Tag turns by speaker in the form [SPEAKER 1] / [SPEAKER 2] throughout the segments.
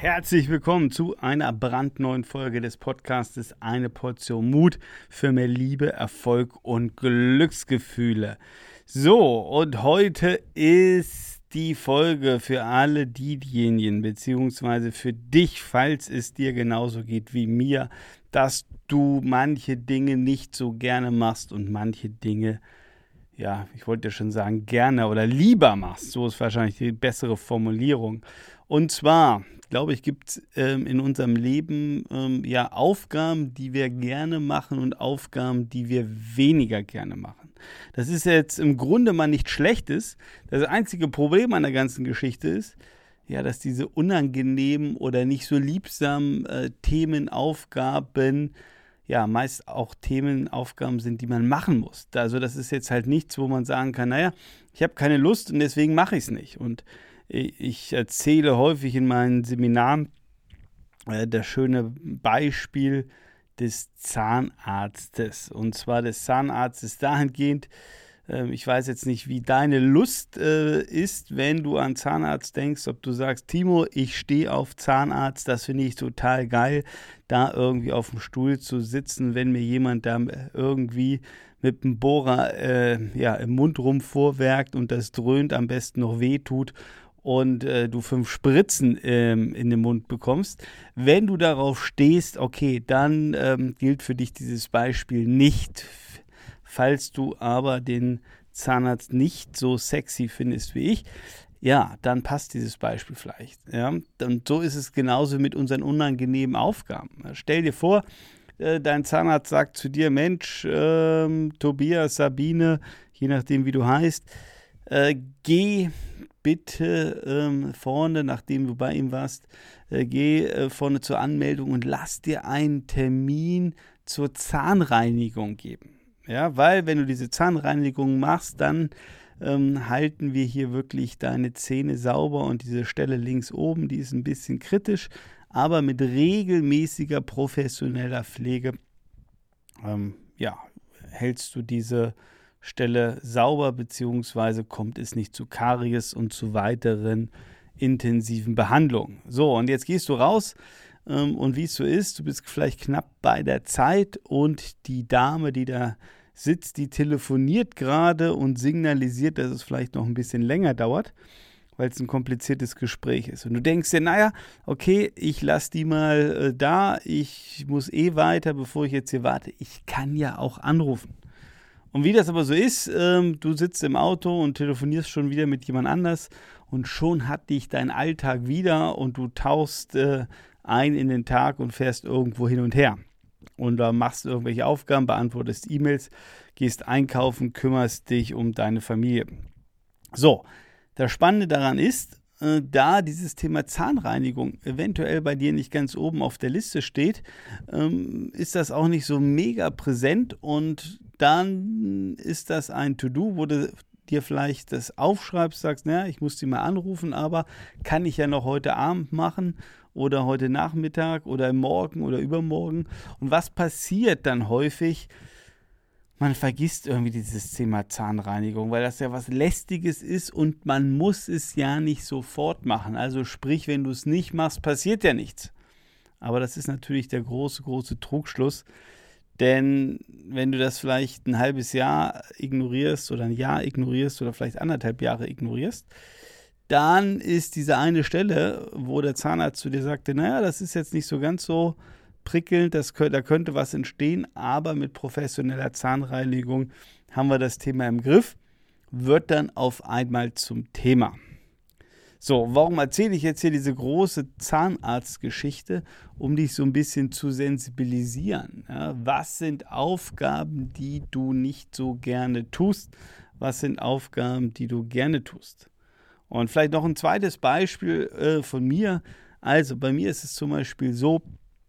[SPEAKER 1] Herzlich willkommen zu einer brandneuen Folge des Podcastes Eine Portion Mut für mehr Liebe, Erfolg und Glücksgefühle. So, und heute ist die Folge für alle diejenigen, beziehungsweise für dich, falls es dir genauso geht wie mir, dass du manche Dinge nicht so gerne machst und manche Dinge, ja, ich wollte ja schon sagen, gerne oder lieber machst. So ist wahrscheinlich die bessere Formulierung. Und zwar, glaube ich, gibt es in unserem Leben Aufgaben, die wir gerne machen und Aufgaben, die wir weniger gerne machen. Das ist jetzt im Grunde mal nichts Schlechtes. Das einzige Problem an der ganzen Geschichte ist, ja, dass diese unangenehmen oder nicht so liebsamen Themenaufgaben ja meist auch Themenaufgaben sind, die man machen muss. Also das ist jetzt halt nichts, wo man sagen kann, naja, ich habe keine Lust und deswegen mache ich es nicht. Und ich erzähle häufig in meinen Seminaren das schöne Beispiel des Zahnarztes. Und zwar des Zahnarztes dahingehend, ich weiß jetzt nicht, wie deine Lust ist, wenn du an Zahnarzt denkst, ob du sagst, Timo, ich stehe auf Zahnarzt, das finde ich total geil, da irgendwie auf dem Stuhl zu sitzen, wenn mir jemand da irgendwie mit dem Bohrer im Mundrum vorwerkt und das dröhnt, am besten noch wehtut und du 5 Spritzen in den Mund bekommst. Wenn du darauf stehst, okay, dann gilt für dich dieses Beispiel nicht. Falls du aber den Zahnarzt nicht so sexy findest wie ich, ja, dann passt dieses Beispiel vielleicht. Ja? Und so ist es genauso mit unseren unangenehmen Aufgaben. Stell dir vor, dein Zahnarzt sagt zu dir, Mensch, Tobias, Sabine, je nachdem wie du heißt, geh bitte vorne, nachdem du bei ihm warst, geh vorne zur Anmeldung und lass dir einen Termin zur Zahnreinigung geben. Ja, weil wenn du diese Zahnreinigung machst, dann halten wir hier wirklich deine Zähne sauber und diese Stelle links oben, die ist ein bisschen kritisch, aber mit regelmäßiger professioneller Pflege hältst du diese Stelle sauber, beziehungsweise kommt es nicht zu Karies und zu weiteren intensiven Behandlungen. So, und jetzt gehst du raus und wie es so ist, du bist vielleicht knapp bei der Zeit und die Dame, die da sitzt, die telefoniert gerade und signalisiert, dass es vielleicht noch ein bisschen länger dauert, weil es ein kompliziertes Gespräch ist. Und du denkst dir, naja, okay, ich lasse die mal da, ich muss weiter, bevor ich jetzt hier warte. Ich kann ja auch anrufen. Und wie das aber so ist, du sitzt im Auto und telefonierst schon wieder mit jemand anders und schon hat dich dein Alltag wieder und du tauchst ein in den Tag und fährst irgendwo hin und her. Und da machst du irgendwelche Aufgaben, beantwortest E-Mails, gehst einkaufen, kümmerst dich um deine Familie. So, das Spannende daran ist, da dieses Thema Zahnreinigung eventuell bei dir nicht ganz oben auf der Liste steht, ist das auch nicht so mega präsent und dann ist das ein To-Do, wo du dir vielleicht das aufschreibst, sagst, naja, ich muss die mal anrufen, aber kann ich ja noch heute Abend machen oder heute Nachmittag oder morgen oder übermorgen. Und was passiert dann häufig? Man vergisst irgendwie dieses Thema Zahnreinigung, weil das ja was Lästiges ist und man muss es ja nicht sofort machen. Also sprich, wenn du es nicht machst, passiert ja nichts. Aber das ist natürlich der große, große Trugschluss. Denn wenn du das vielleicht ein halbes Jahr ignorierst oder ein Jahr ignorierst oder vielleicht 1,5 Jahre ignorierst, dann ist diese eine Stelle, wo der Zahnarzt zu dir sagte, naja, das ist jetzt nicht so ganz so prickelnd, da könnte was entstehen, aber mit professioneller Zahnreinigung haben wir das Thema im Griff, wird dann auf einmal zum Thema. So, warum erzähle ich jetzt hier diese große Zahnarztgeschichte? Um dich so ein bisschen zu sensibilisieren. Ja, was sind Aufgaben, die du nicht so gerne tust? Was sind Aufgaben, die du gerne tust? Und vielleicht noch ein zweites Beispiel von mir. Also bei mir ist es zum Beispiel so,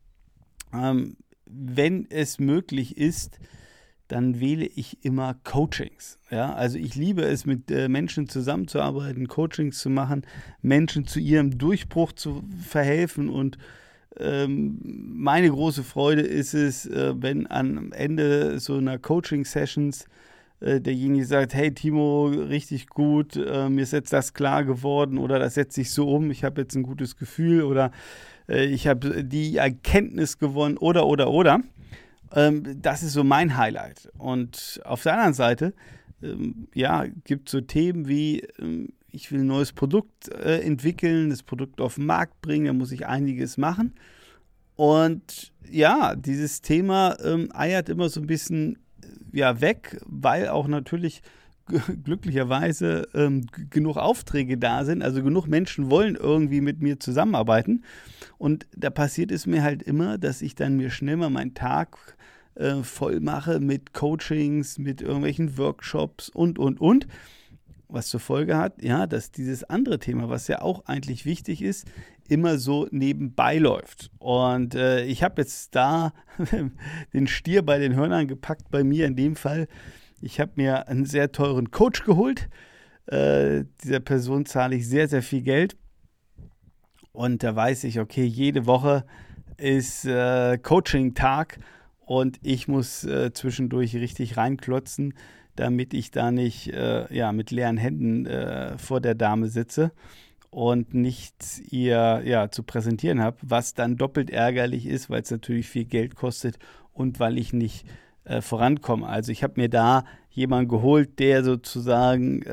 [SPEAKER 1] wenn es möglich ist, dann wähle ich immer Coachings. Ja? Also ich liebe es, mit Menschen zusammenzuarbeiten, Coachings zu machen, Menschen zu ihrem Durchbruch zu verhelfen. Und meine große Freude ist es, wenn am Ende so einer Coaching-Sessions derjenige sagt, hey Timo, richtig gut, mir ist jetzt das klar geworden oder das setzt sich so um, ich habe jetzt ein gutes Gefühl oder ich habe die Erkenntnis gewonnen oder. Das ist so mein Highlight. Und auf der anderen Seite, gibt es so Themen wie, ich will ein neues Produkt entwickeln, das Produkt auf den Markt bringen, da muss ich einiges machen. Und ja, dieses Thema eiert immer so ein bisschen weg, weil auch natürlich glücklicherweise genug Aufträge da sind, also genug Menschen wollen irgendwie mit mir zusammenarbeiten. Und da passiert es mir halt immer, dass ich dann mir schnell mal meinen Tag voll mache mit Coachings, mit irgendwelchen Workshops und. Was zur Folge hat, ja, dass dieses andere Thema, was ja auch eigentlich wichtig ist, immer so nebenbei läuft. Und ich habe jetzt da den Stier bei den Hörnern gepackt, bei mir in dem Fall. Ich habe mir einen sehr teuren Coach geholt. Dieser Person zahle ich sehr, sehr viel Geld. Und da weiß ich, okay, jede Woche ist Coaching-Tag und ich muss zwischendurch richtig reinklotzen, damit ich da nicht mit leeren Händen vor der Dame sitze und nichts ihr zu präsentieren habe, was dann doppelt ärgerlich ist, weil es natürlich viel Geld kostet und weil ich nicht vorankomme. Also ich habe mir da jemanden geholt, der sozusagen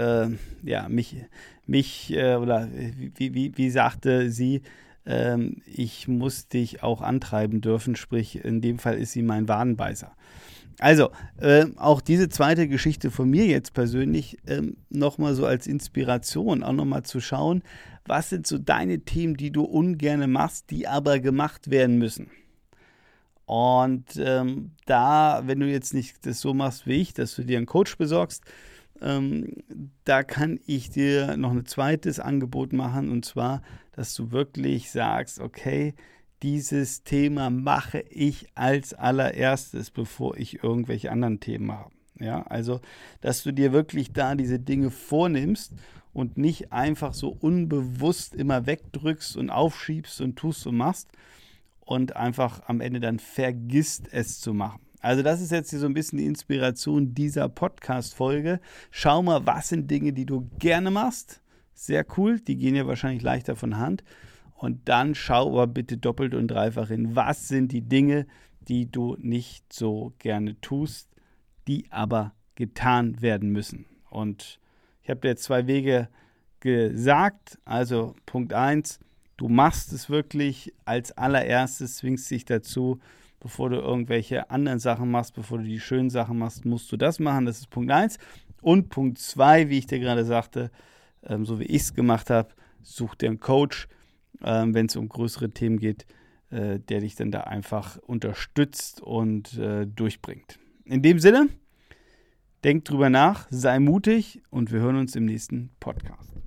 [SPEAKER 1] wie sagte sie, ich muss dich auch antreiben dürfen, sprich in dem Fall ist sie mein Wadenbeißer. Also, auch diese zweite Geschichte von mir jetzt persönlich nochmal so als Inspiration, auch nochmal zu schauen, was sind so deine Themen, die du ungerne machst, die aber gemacht werden müssen. Und wenn du jetzt nicht das so machst wie ich, dass du dir einen Coach besorgst, da kann ich dir noch ein zweites Angebot machen, und zwar, dass du wirklich sagst, okay, dieses Thema mache ich als allererstes, bevor ich irgendwelche anderen Themen mache. Ja, also, dass du dir wirklich da diese Dinge vornimmst und nicht einfach so unbewusst immer wegdrückst und aufschiebst und tust und machst und einfach am Ende dann vergisst, es zu machen. Also das ist jetzt hier so ein bisschen die Inspiration dieser Podcast-Folge. Schau mal, was sind Dinge, die du gerne machst. Sehr cool, die gehen ja wahrscheinlich leichter von Hand. Und dann schau aber bitte doppelt und dreifach hin, was sind die Dinge, die du nicht so gerne tust, die aber getan werden müssen. Und ich habe dir jetzt 2 Wege gesagt. Also Punkt 1, du machst es wirklich als allererstes, zwingst dich dazu, bevor du irgendwelche anderen Sachen machst, bevor du die schönen Sachen machst, musst du das machen. Das ist Punkt 1. Und Punkt 2, wie ich dir gerade sagte, so wie ich es gemacht habe, such dir einen Coach, wenn es um größere Themen geht, der dich dann da einfach unterstützt und durchbringt. In dem Sinne, denk drüber nach, sei mutig und wir hören uns im nächsten Podcast.